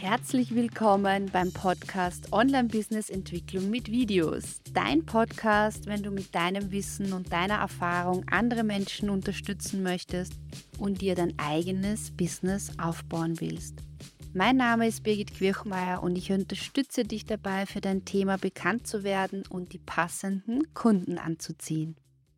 herzlich willkommen beim Podcast Online-Business-Entwicklung mit Videos. Dein Podcast, wenn du mit deinem Wissen und deiner Erfahrung andere Menschen unterstützen möchtest und dir dein eigenes Business aufbauen willst. Mein Name ist Birgit Quirchmeier und ich unterstütze dich dabei, für dein Thema bekannt zu werden und die passenden Kunden anzuziehen.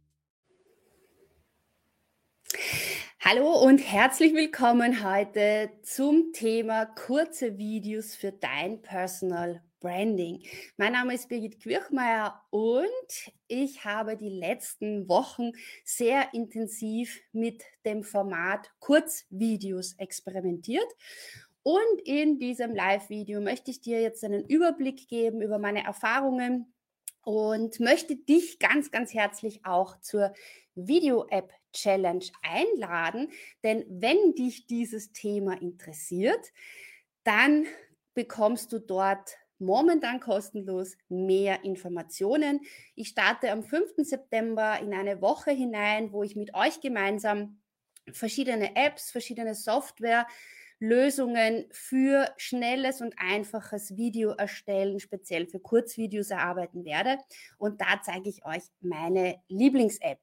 Hallo und herzlich willkommen heute zum Thema kurze Videos für dein Personal Branding. Mein Name ist Birgit Quirchmeier und ich habe die letzten Wochen sehr intensiv mit dem Format Kurzvideos experimentiert. Und in diesem Live-Video möchte ich dir jetzt einen Überblick geben über meine Erfahrungen und möchte dich ganz, ganz herzlich auch zur Video-App-Challenge einladen, denn wenn dich dieses Thema interessiert, dann bekommst du dort momentan kostenlos mehr Informationen. Ich starte am 5. September in eine Woche hinein, wo ich mit euch gemeinsam verschiedene Apps, verschiedene Software, Lösungen für schnelles und einfaches Video erstellen, speziell für Kurzvideos erarbeiten werde. Und da zeige ich euch meine Lieblings-Apps.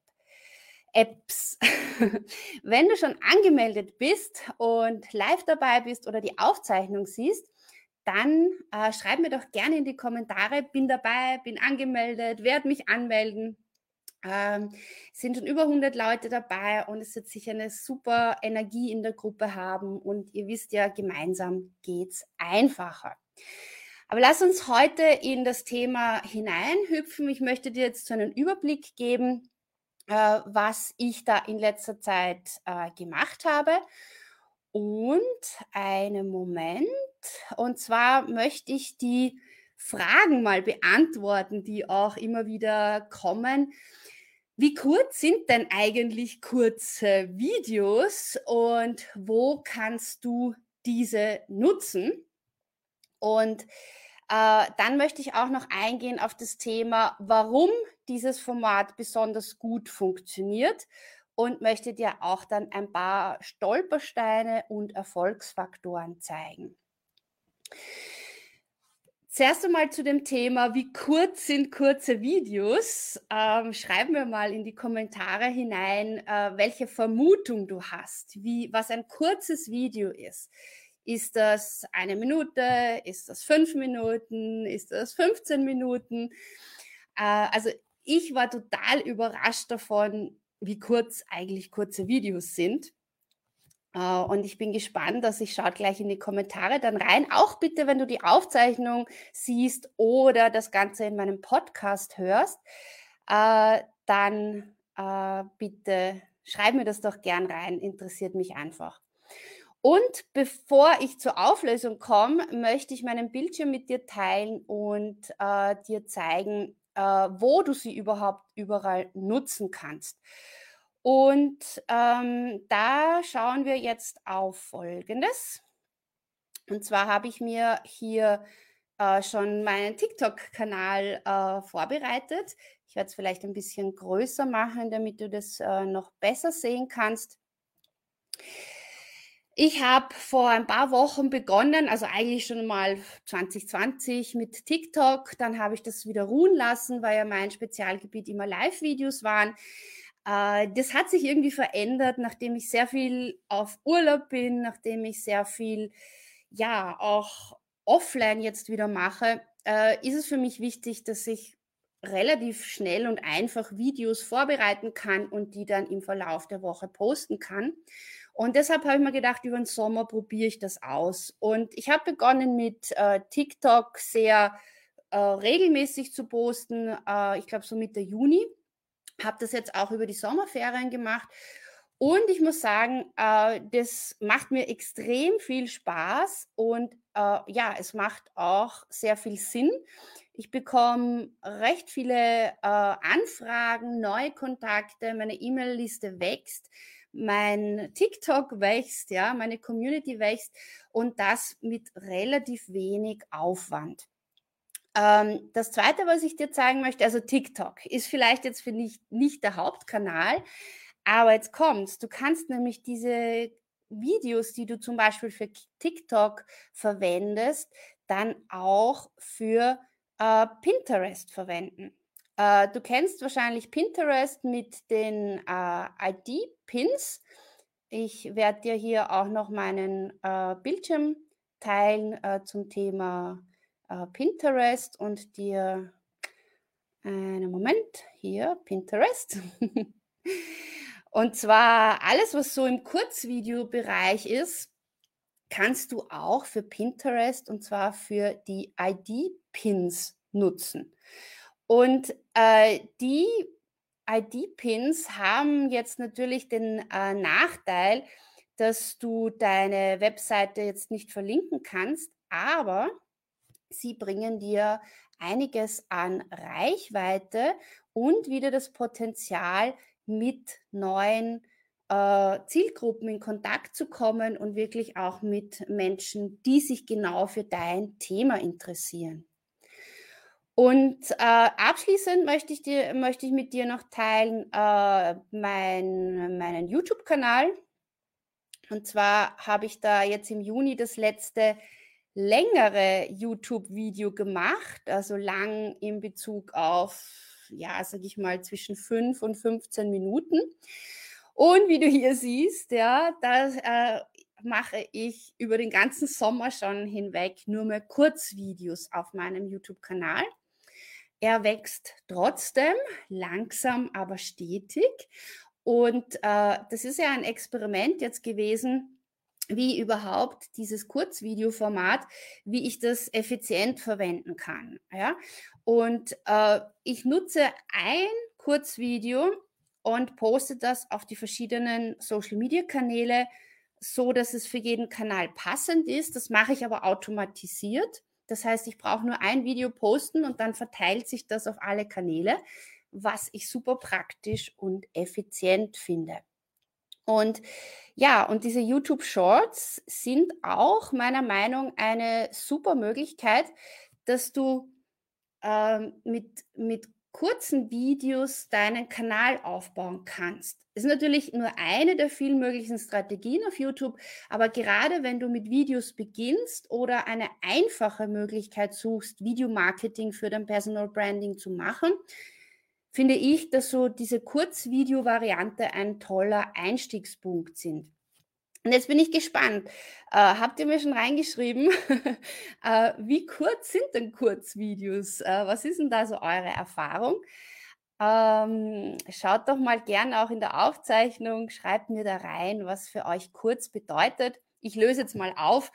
Wenn du schon angemeldet bist und live dabei bist oder die Aufzeichnung siehst, dann schreib mir doch gerne in die Kommentare, bin dabei, bin angemeldet, werde mich anmelden. Es sind schon über 100 Leute dabei und es wird sicher eine super Energie in der Gruppe haben und ihr wisst ja, gemeinsam geht's einfacher. Aber lass uns heute in das Thema hineinhüpfen. Ich möchte dir jetzt so einen Überblick geben, was ich da in letzter Zeit gemacht habe. Und einen Moment, und zwar möchte ich die Fragen mal beantworten, die auch immer wieder kommen. Wie kurz sind denn eigentlich kurze Videos und wo kannst du diese nutzen? Und dann möchte ich auch noch eingehen auf das Thema, warum dieses Format besonders gut funktioniert und möchte dir auch dann ein paar Stolpersteine und Erfolgsfaktoren zeigen. Zuerst einmal zu dem Thema, wie kurz sind kurze Videos? Schreib mir mal in die Kommentare hinein, welche Vermutung du hast, was ein kurzes Video ist. Ist das 1 Minute? Ist das 5 Minuten? Ist das 15 Minuten? Also ich war total überrascht davon, wie kurz eigentlich kurze Videos sind. Und ich bin gespannt, dass ich schaut gleich in die Kommentare dann rein. Auch bitte, wenn du die Aufzeichnung siehst oder das Ganze in meinem Podcast hörst, dann bitte schreib mir das doch gern rein, interessiert mich einfach. Und bevor ich zur Auflösung komme, möchte ich meinen Bildschirm mit dir teilen und dir zeigen, wo du sie überall nutzen kannst. Und da schauen wir jetzt auf Folgendes. Und zwar habe ich mir hier schon meinen TikTok-Kanal vorbereitet. Ich werde es vielleicht ein bisschen größer machen, damit du das noch besser sehen kannst. Ich habe vor ein paar Wochen begonnen, also eigentlich schon mal 2020 mit TikTok. Dann habe ich das wieder ruhen lassen, weil ja mein Spezialgebiet immer Live-Videos waren. Das hat sich irgendwie verändert, nachdem ich sehr viel auf Urlaub bin, nachdem ich sehr viel, ja, auch offline jetzt wieder mache, ist es für mich wichtig, dass ich relativ schnell und einfach Videos vorbereiten kann und die dann im Verlauf der Woche posten kann. Und deshalb habe ich mir gedacht, über den Sommer probiere ich das aus. Und ich habe begonnen mit TikTok sehr regelmäßig zu posten, ich glaube so Mitte Juni. Habe das jetzt auch über die Sommerferien gemacht. Und ich muss sagen, das macht mir extrem viel Spaß und ja, es macht auch sehr viel Sinn. Ich bekomme recht viele Anfragen, neue Kontakte, meine E-Mail-Liste wächst, mein TikTok wächst, ja, meine Community wächst und das mit relativ wenig Aufwand. Das Zweite, was ich dir zeigen möchte, also TikTok ist vielleicht jetzt für nicht der Hauptkanal, aber jetzt kommt's. Du kannst nämlich diese Videos, die du zum Beispiel für TikTok verwendest, dann auch für Pinterest verwenden. Du kennst wahrscheinlich Pinterest mit den ID-Pins. Ich werde dir hier auch noch meinen Bildschirm teilen zum Thema Pinterest und dir einen Moment hier, Pinterest. Und zwar alles, was so im Kurzvideobereich ist, kannst du auch für Pinterest und zwar für die ID-Pins nutzen. Und die ID-Pins haben jetzt natürlich den Nachteil, dass du deine Webseite jetzt nicht verlinken kannst, aber sie bringen dir einiges an Reichweite und wieder das Potenzial, mit neuen Zielgruppen in Kontakt zu kommen und wirklich auch mit Menschen, die sich genau für dein Thema interessieren. Und abschließend möchte ich mit dir noch teilen meinen YouTube-Kanal. Und zwar habe ich da jetzt im Juni das letzte längere YouTube-Video gemacht, also lang in Bezug auf, ja, sage ich mal, zwischen 5 und 15 Minuten. Und wie du hier siehst, ja, da mache ich über den ganzen Sommer schon hinweg nur mehr Kurzvideos auf meinem YouTube-Kanal. Er wächst trotzdem langsam, aber stetig. Und das ist ja ein Experiment jetzt gewesen, wie überhaupt dieses Kurzvideoformat, wie ich das effizient verwenden kann. Ja? Und ich nutze ein Kurzvideo und poste das auf die verschiedenen Social-Media-Kanäle, so dass es für jeden Kanal passend ist. Das mache ich aber automatisiert. Das heißt, ich brauche nur ein Video posten und dann verteilt sich das auf alle Kanäle, was ich super praktisch und effizient finde. Und ja, und diese YouTube Shorts sind auch meiner Meinung nach eine super Möglichkeit, dass du mit kurzen Videos deinen Kanal aufbauen kannst. Das ist natürlich nur eine der vielen möglichen Strategien auf YouTube, aber gerade wenn du mit Videos beginnst oder eine einfache Möglichkeit suchst, Videomarketing für dein Personal Branding zu machen, finde ich, dass so diese Kurzvideo-Variante ein toller Einstiegspunkt sind. Und jetzt bin ich gespannt. Habt ihr mir schon reingeschrieben, wie kurz sind denn Kurzvideos? Was ist denn da so eure Erfahrung? Schaut doch mal gern auch in der Aufzeichnung, schreibt mir da rein, was für euch kurz bedeutet. Ich löse jetzt mal auf.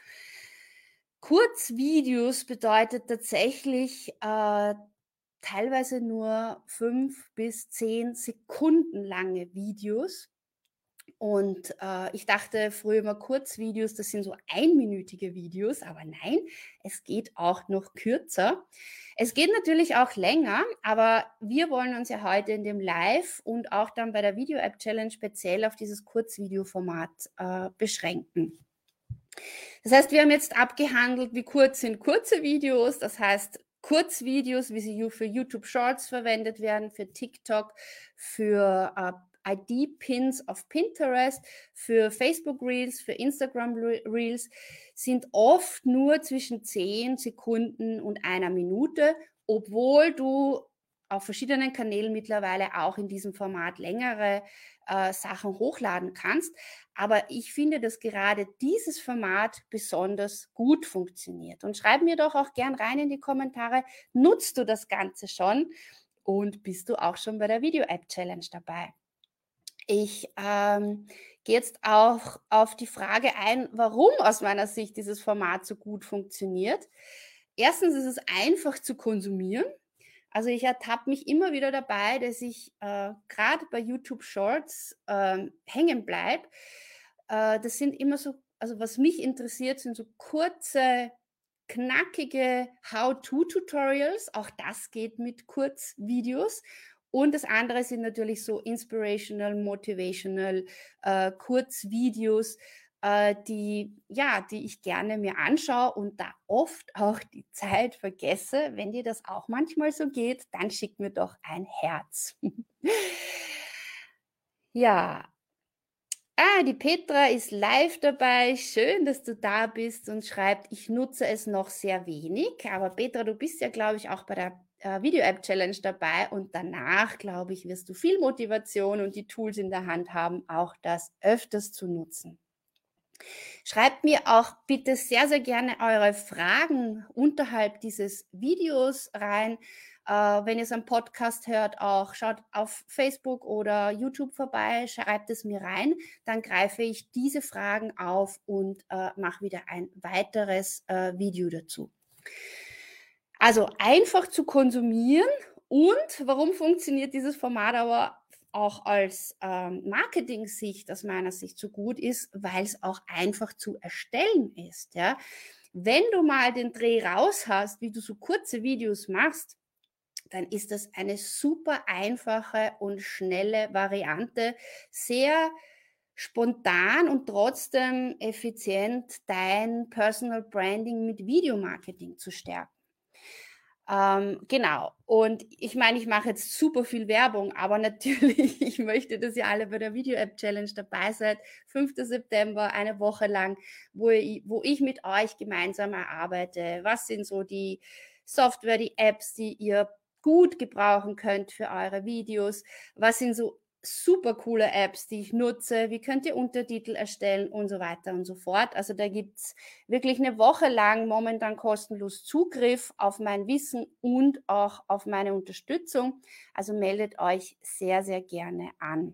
Kurzvideos bedeutet tatsächlich teilweise nur 5 bis 10 Sekunden lange Videos. Und ich dachte früher immer Kurzvideos, das sind so einminütige Videos, aber nein, es geht auch noch kürzer. Es geht natürlich auch länger, aber wir wollen uns ja heute in dem Live und auch dann bei der Video-App-Challenge speziell auf dieses Kurzvideoformat beschränken. Das heißt, wir haben jetzt abgehandelt, wie kurz sind kurze Videos, das heißt Kurzvideos, wie sie für YouTube Shorts verwendet werden, für TikTok, für ID-Pins auf Pinterest, für Facebook Reels, für Instagram Reels, sind oft nur zwischen 10 Sekunden und einer Minute, obwohl du auf verschiedenen Kanälen mittlerweile auch in diesem Format längere Sachen hochladen kannst. Aber ich finde, dass gerade dieses Format besonders gut funktioniert. Und schreib mir doch auch gern rein in die Kommentare, nutzt du das Ganze schon und bist du auch schon bei der Video-App-Challenge dabei? Ich gehe jetzt auch auf die Frage ein, warum aus meiner Sicht dieses Format so gut funktioniert. Erstens ist es einfach zu konsumieren. Also ich ertappe mich immer wieder dabei, dass ich gerade bei YouTube Shorts hängen bleibe. Das sind immer so, also was mich interessiert, sind so kurze, knackige How-to-Tutorials. Auch das geht mit Kurzvideos. Und das andere sind natürlich so inspirational, motivational Kurzvideos, die ich gerne mir anschaue und da oft auch die Zeit vergesse. Wenn dir das auch manchmal so geht, dann schick mir doch ein Herz. Ja, Die Petra ist live dabei. Schön, dass du da bist und schreibt, ich nutze es noch sehr wenig. Aber Petra, du bist ja, glaube ich, auch bei der Video-App-Challenge dabei und danach, glaube ich, wirst du viel Motivation und die Tools in der Hand haben, auch das öfters zu nutzen. Schreibt mir auch bitte sehr, sehr gerne eure Fragen unterhalb dieses Videos rein. Wenn ihr es am Podcast hört, auch schaut auf Facebook oder YouTube vorbei, schreibt es mir rein. Dann greife ich diese Fragen auf und mache wieder ein weiteres Video dazu. Also einfach zu konsumieren. Und warum funktioniert dieses Format aber auch als Marketing-Sicht aus meiner Sicht so gut ist, weil es auch einfach zu erstellen ist. Ja? Wenn du mal den Dreh raus hast, wie du so kurze Videos machst, dann ist das eine super einfache und schnelle Variante, sehr spontan und trotzdem effizient dein Personal Branding mit Videomarketing zu stärken. Genau. Und ich meine, ich mache jetzt super viel Werbung, aber natürlich, ich möchte, dass ihr alle bei der Video-App-Challenge dabei seid. 5. September, eine Woche lang, wo ich mit euch gemeinsam erarbeite. Was sind so die Software, die Apps, die ihr gut gebrauchen könnt für eure Videos? Was sind so super coole Apps, die ich nutze? Wie könnt ihr Untertitel erstellen und so weiter und so fort? Also da gibt's wirklich eine Woche lang momentan kostenlos Zugriff auf mein Wissen und auch auf meine Unterstützung. Also meldet euch sehr, sehr gerne an.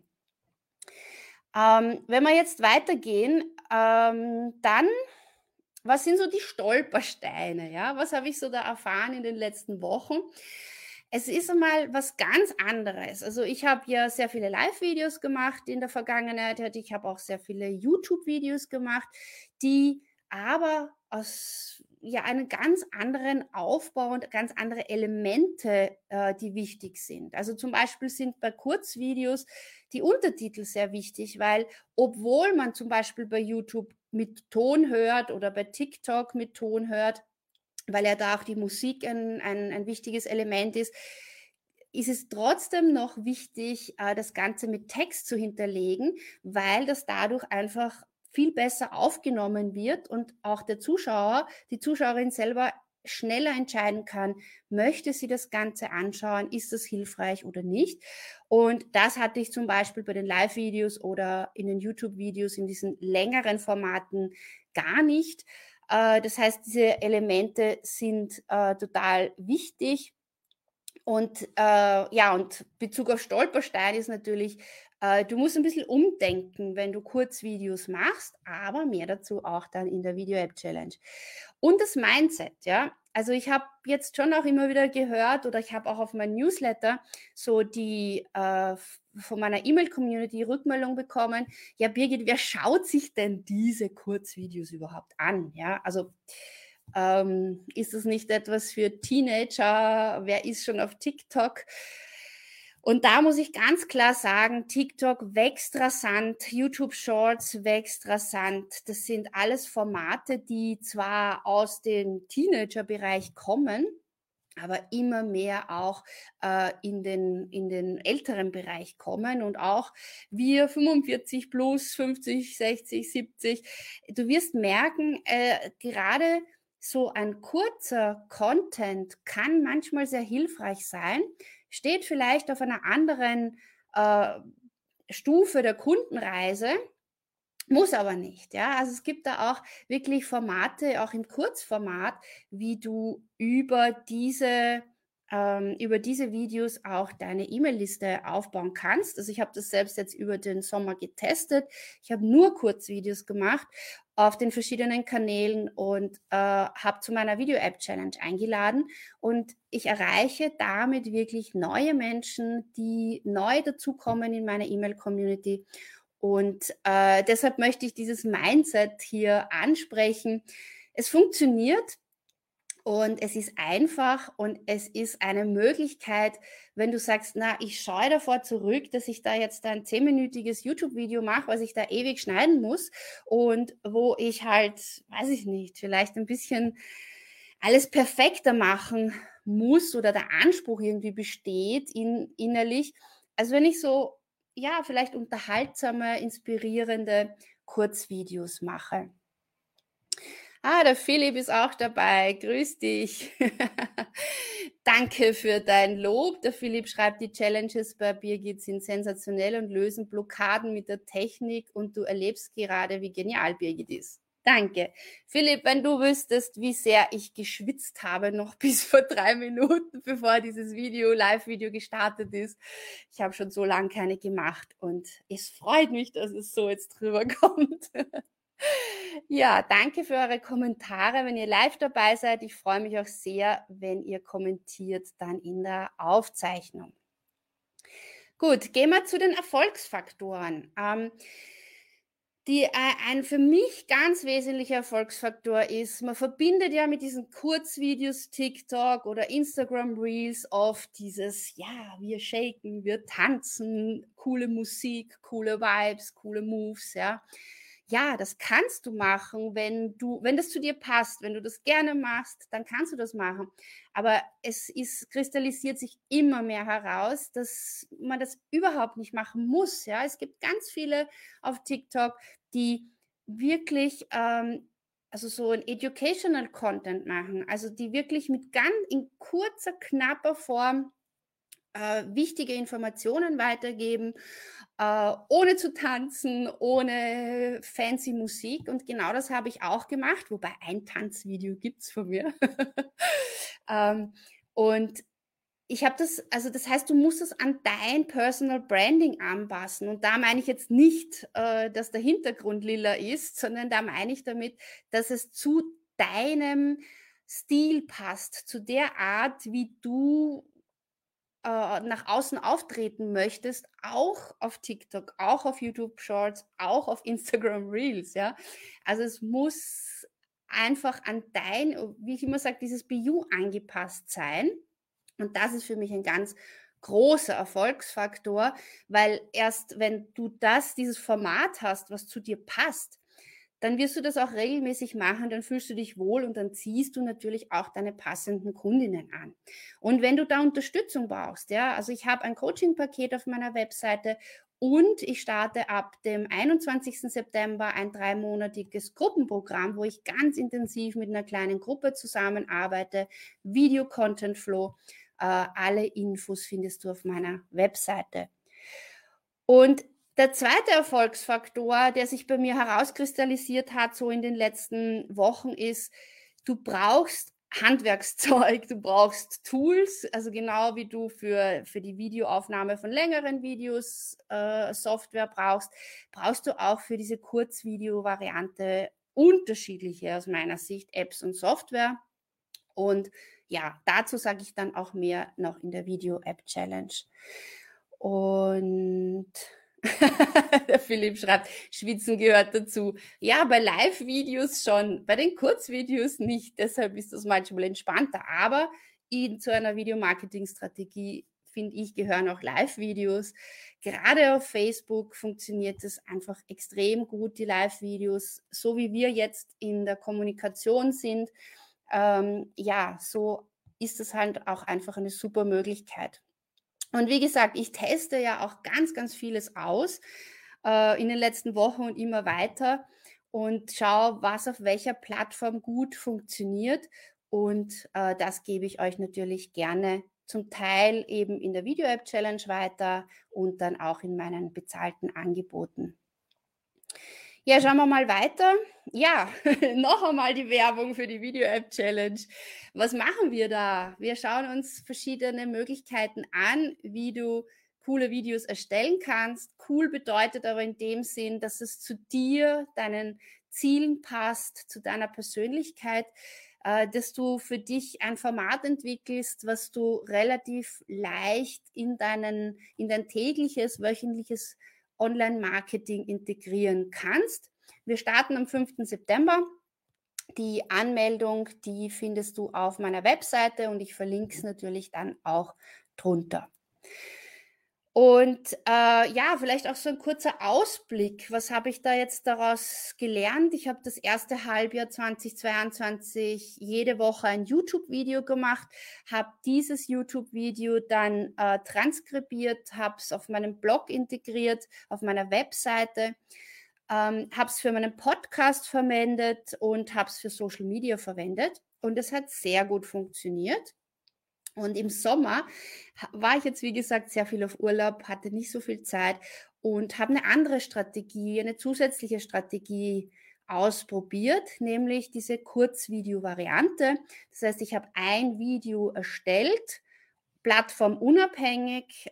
Wenn wir jetzt weitergehen, dann, was sind so die Stolpersteine? Ja? Was habe ich so da erfahren in den letzten Wochen? Es ist einmal was ganz anderes. Also ich habe ja sehr viele Live-Videos gemacht in der Vergangenheit. Ich habe auch sehr viele YouTube-Videos gemacht, die aber aus einen ganz anderen Aufbau und ganz andere Elemente, die wichtig sind. Also zum Beispiel sind bei Kurzvideos die Untertitel sehr wichtig, weil obwohl man zum Beispiel bei YouTube mit Ton hört oder bei TikTok mit Ton hört, weil ja da auch die Musik ein wichtiges Element ist es trotzdem noch wichtig, das Ganze mit Text zu hinterlegen, weil das dadurch einfach viel besser aufgenommen wird und auch der Zuschauer, die Zuschauerin selber schneller entscheiden kann, möchte sie das Ganze anschauen, ist das hilfreich oder nicht. Und das hatte ich zum Beispiel bei den Live-Videos oder in den YouTube-Videos in diesen längeren Formaten gar nicht. Das heißt, diese Elemente sind total wichtig. Und und Bezug auf Stolperstein ist natürlich, du musst ein bisschen umdenken, wenn du Kurzvideos machst, aber mehr dazu auch dann in der Video-App-Challenge. Und das Mindset, ja. Also ich habe jetzt schon auch immer wieder gehört oder ich habe auch auf meinem Newsletter so die von meiner E-Mail-Community Rückmeldung bekommen, ja Birgit, wer schaut sich denn diese Kurzvideos überhaupt an? Ja, also ist es nicht etwas für Teenager? Wer ist schon auf TikTok? Und da muss ich ganz klar sagen, TikTok wächst rasant, YouTube Shorts wächst rasant. Das sind alles Formate, die zwar aus dem Teenager-Bereich kommen, aber immer mehr auch in den älteren Bereich kommen und auch wir 45 plus, 50, 60, 70. Du wirst merken, gerade so ein kurzer Content kann manchmal sehr hilfreich sein, steht vielleicht auf einer anderen Stufe der Kundenreise, muss aber nicht, ja. Also es gibt da auch wirklich Formate, auch im Kurzformat, wie du über diese Videos auch deine E-Mail-Liste aufbauen kannst. Also ich habe das selbst jetzt über den Sommer getestet. Ich habe nur Kurzvideos gemacht auf den verschiedenen Kanälen und habe zu meiner Video-App-Challenge eingeladen. Und ich erreiche damit wirklich neue Menschen, die neu dazukommen in meine E-Mail-Community. Und deshalb möchte ich dieses Mindset hier ansprechen. Es funktioniert und es ist einfach und es ist eine Möglichkeit, wenn du sagst, na, ich scheue davor zurück, dass ich da jetzt ein 10-minütiges YouTube-Video mache, was ich da ewig schneiden muss und wo ich halt, weiß ich nicht, vielleicht ein bisschen alles perfekter machen muss oder der Anspruch irgendwie besteht innerlich. Also wenn ich so ja, vielleicht unterhaltsame, inspirierende Kurzvideos mache. Der Philipp ist auch dabei. Grüß dich. Danke für dein Lob. Der Philipp schreibt, die Challenges bei Birgit sind sensationell und lösen Blockaden mit der Technik und du erlebst gerade, wie genial Birgit ist. Danke. Philipp, wenn du wüsstest, wie sehr ich geschwitzt habe, noch bis vor 3 Minuten, bevor dieses Live-Video gestartet ist. Ich habe schon so lange keine gemacht und es freut mich, dass es so jetzt drüber kommt. Ja, danke für eure Kommentare, wenn ihr live dabei seid. Ich freue mich auch sehr, wenn ihr kommentiert dann in der Aufzeichnung. Gut, gehen wir zu den Erfolgsfaktoren. Ein für mich ganz wesentlicher Erfolgsfaktor ist, man verbindet ja mit diesen Kurzvideos, TikTok oder Instagram Reels oft dieses, ja, wir shaken, wir tanzen, coole Musik, coole Vibes, coole Moves, ja. Ja, das kannst du machen, wenn das zu dir passt, wenn du das gerne machst, dann kannst du das machen. Aber kristallisiert sich immer mehr heraus, dass man das überhaupt nicht machen muss, ja. Es gibt ganz viele auf TikTok, die wirklich, also so ein Educational Content machen, also die wirklich in kurzer, knapper Form wichtige Informationen weitergeben, ohne zu tanzen, ohne fancy Musik. Und genau das habe ich auch gemacht, wobei ein Tanzvideo gibt's von mir. Und ich habe das heißt, du musst es an dein Personal Branding anpassen. Und da meine ich jetzt nicht, dass der Hintergrund lila ist, sondern da meine ich damit, dass es zu deinem Stil passt, zu der Art, wie du nach außen auftreten möchtest, auch auf TikTok, auch auf YouTube Shorts, auch auf Instagram Reels, ja. Also es muss einfach an wie ich immer sage, dieses Be You angepasst sein. Und das ist für mich ein ganz großer Erfolgsfaktor, weil erst wenn du dieses Format hast, was zu dir passt, dann wirst du das auch regelmäßig machen, dann fühlst du dich wohl und dann ziehst du natürlich auch deine passenden Kundinnen an. Und wenn du da Unterstützung brauchst, ja, also ich habe ein Coaching-Paket auf meiner Webseite und ich starte ab dem 21. September ein 3-monatiges Gruppenprogramm, wo ich ganz intensiv mit einer kleinen Gruppe zusammenarbeite, Video-Content-Flow. Alle Infos findest du auf meiner Webseite. Und der zweite Erfolgsfaktor, der sich bei mir herauskristallisiert hat, so in den letzten Wochen, ist, du brauchst Handwerkszeug, du brauchst Tools, also genau wie du für die Videoaufnahme von längeren Videos Software brauchst du auch für diese Kurzvideo-Variante unterschiedliche, aus meiner Sicht, Apps und Software. Und ja, dazu sage ich dann auch mehr noch in der Video-App-Challenge. Und der Philipp schreibt, Schwitzen gehört dazu. Ja, bei Live-Videos schon, bei den Kurzvideos nicht. Deshalb ist das manchmal entspannter. Aber zu einer Videomarketing-Strategie, finde ich, gehören auch Live-Videos. Gerade auf Facebook funktioniert es einfach extrem gut, die Live-Videos. So wie wir jetzt in der Kommunikation sind, ja, so ist es halt auch einfach eine super Möglichkeit. Und wie gesagt, ich teste ja auch ganz, ganz vieles aus in den letzten Wochen und immer weiter und schaue, was auf welcher Plattform gut funktioniert. Und das gebe ich euch natürlich gerne zum Teil eben in der Video-App-Challenge weiter und dann auch in meinen bezahlten Angeboten. Ja, schauen wir mal weiter. Ja, noch einmal die Werbung für die Video-App-Challenge. Was machen wir da? Wir schauen uns verschiedene Möglichkeiten an, wie du coole Videos erstellen kannst. Cool bedeutet aber in dem Sinn, dass es zu dir, deinen Zielen passt, zu deiner Persönlichkeit, dass du für dich ein Format entwickelst, was du relativ leicht in dein tägliches, wöchentliches Online-Marketing integrieren kannst. Wir starten am 5. September. Die Anmeldung, die findest du auf meiner Webseite und ich verlinke es natürlich dann auch drunter. Und ja, vielleicht auch so ein kurzer Ausblick. Was habe ich da jetzt daraus gelernt? Ich habe das erste Halbjahr 2022 jede Woche ein YouTube-Video gemacht, habe dieses YouTube-Video dann transkribiert, habe es auf meinem Blog integriert, auf meiner Webseite, habe es für meinen Podcast verwendet und habe es für Social Media verwendet. Und es hat sehr gut funktioniert. Und im Sommer war ich jetzt, wie gesagt, sehr viel auf Urlaub, hatte nicht so viel Zeit und habe eine andere Strategie, eine zusätzliche Strategie ausprobiert, nämlich diese Kurzvideo-Variante. Das heißt, ich habe ein Video erstellt, plattformunabhängig,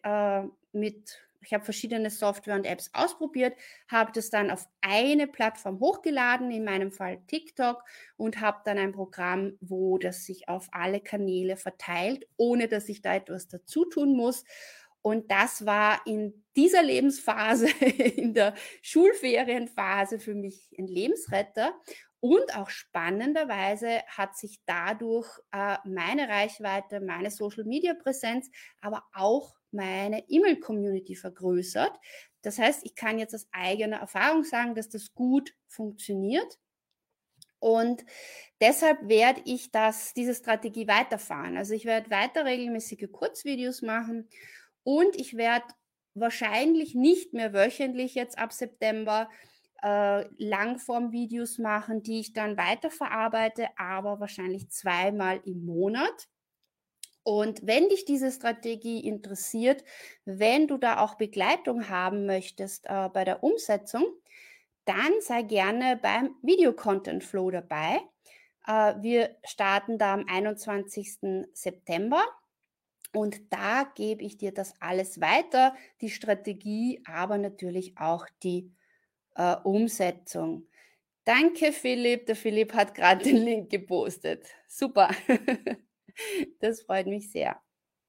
ich habe verschiedene Software und Apps ausprobiert, habe das dann auf eine Plattform hochgeladen, in meinem Fall TikTok, und habe dann ein Programm, wo das sich auf alle Kanäle verteilt, ohne dass ich da etwas dazu tun muss. Und das war in dieser Lebensphase, in der Schulferienphase, für mich ein Lebensretter. Und auch spannenderweise hat sich dadurch meine Reichweite, meine Social-Media-Präsenz, aber auch meine E-Mail-Community vergrößert. Das heißt, ich kann jetzt aus eigener Erfahrung sagen, dass das gut funktioniert. Und deshalb werde ich diese Strategie weiterfahren. Also ich werde weiter regelmäßige Kurzvideos machen und ich werde wahrscheinlich nicht mehr wöchentlich jetzt ab September Langform-Videos machen, die ich dann weiterverarbeite, aber wahrscheinlich zweimal im Monat. Und wenn dich diese Strategie interessiert, wenn du da auch Begleitung haben möchtest bei der Umsetzung, dann sei gerne beim Video Content Flow dabei. Wir starten da am 21. September und da gebe ich dir das alles weiter, die Strategie, aber natürlich auch die Umsetzung. Danke, Philipp. Der Philipp hat gerade den Link gepostet. Super. Das freut mich sehr.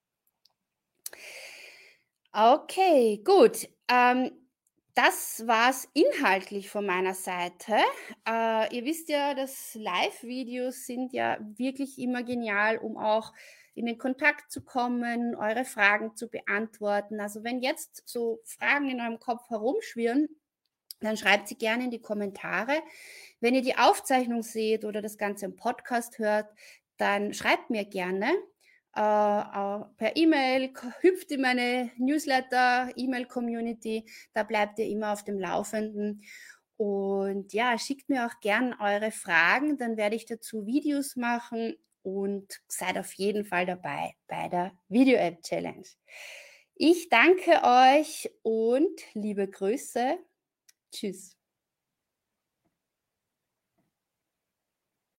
Okay, gut. Das war's inhaltlich von meiner Seite. Ihr wisst ja, dass Live-Videos sind ja wirklich immer genial, um auch in den Kontakt zu kommen, eure Fragen zu beantworten. Also wenn jetzt so Fragen in eurem Kopf herumschwirren, dann schreibt sie gerne in die Kommentare. Wenn ihr die Aufzeichnung seht oder das Ganze im Podcast hört, dann schreibt mir gerne per E-Mail, hüpft in meine Newsletter, E-Mail-Community, da bleibt ihr immer auf dem Laufenden. Und ja, schickt mir auch gern eure Fragen, dann werde ich dazu Videos machen und seid auf jeden Fall dabei bei der Video-App-Challenge. Ich danke euch und liebe Grüße. Tschüss.